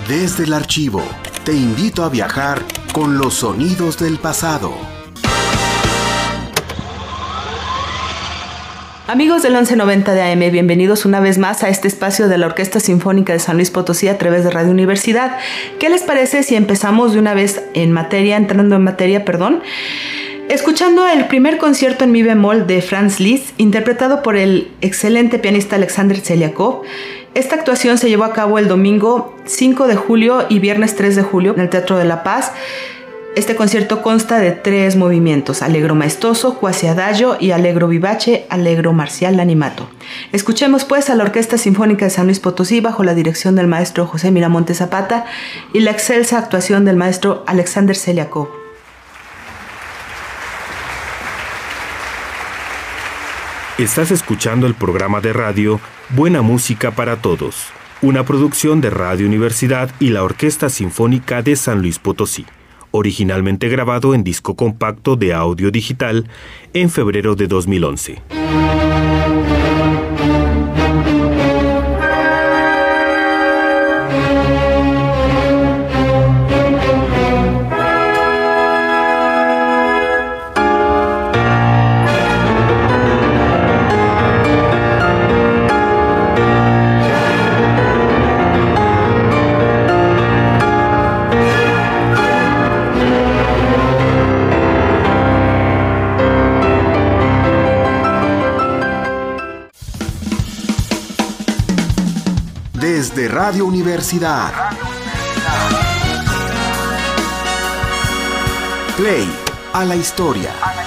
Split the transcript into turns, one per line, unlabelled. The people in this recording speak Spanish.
Desde el archivo, te invito a viajar con los sonidos del pasado.
Amigos del 1190 de AM, bienvenidos una vez más a este espacio de la Orquesta Sinfónica de San Luis Potosí a través de Radio Universidad. ¿Qué les parece si empezamos de una vez entrando en materia, escuchando el primer concierto en mi bemol de Franz Liszt, interpretado por el excelente pianista Alexander Seliakov? Esta actuación se llevó a cabo el domingo 5 de julio y viernes 3 de julio en el Teatro de la Paz. Este concierto consta de 3 movimientos: Allegro maestoso, quasi adagio y Allegro vivace, Allegro marcial animato. Escuchemos pues a la Orquesta Sinfónica de San Luis Potosí bajo la dirección del maestro José Miramontes Zapata y la excelsa actuación del maestro Alexander Seliakov.
Estás escuchando el programa de radio Buena Música para Todos, una producción de Radio Universidad y la Orquesta Sinfónica de San Luis Potosí, originalmente grabado en disco compacto de audio digital en febrero de 2011.
Desde Radio Universidad. Play a la historia.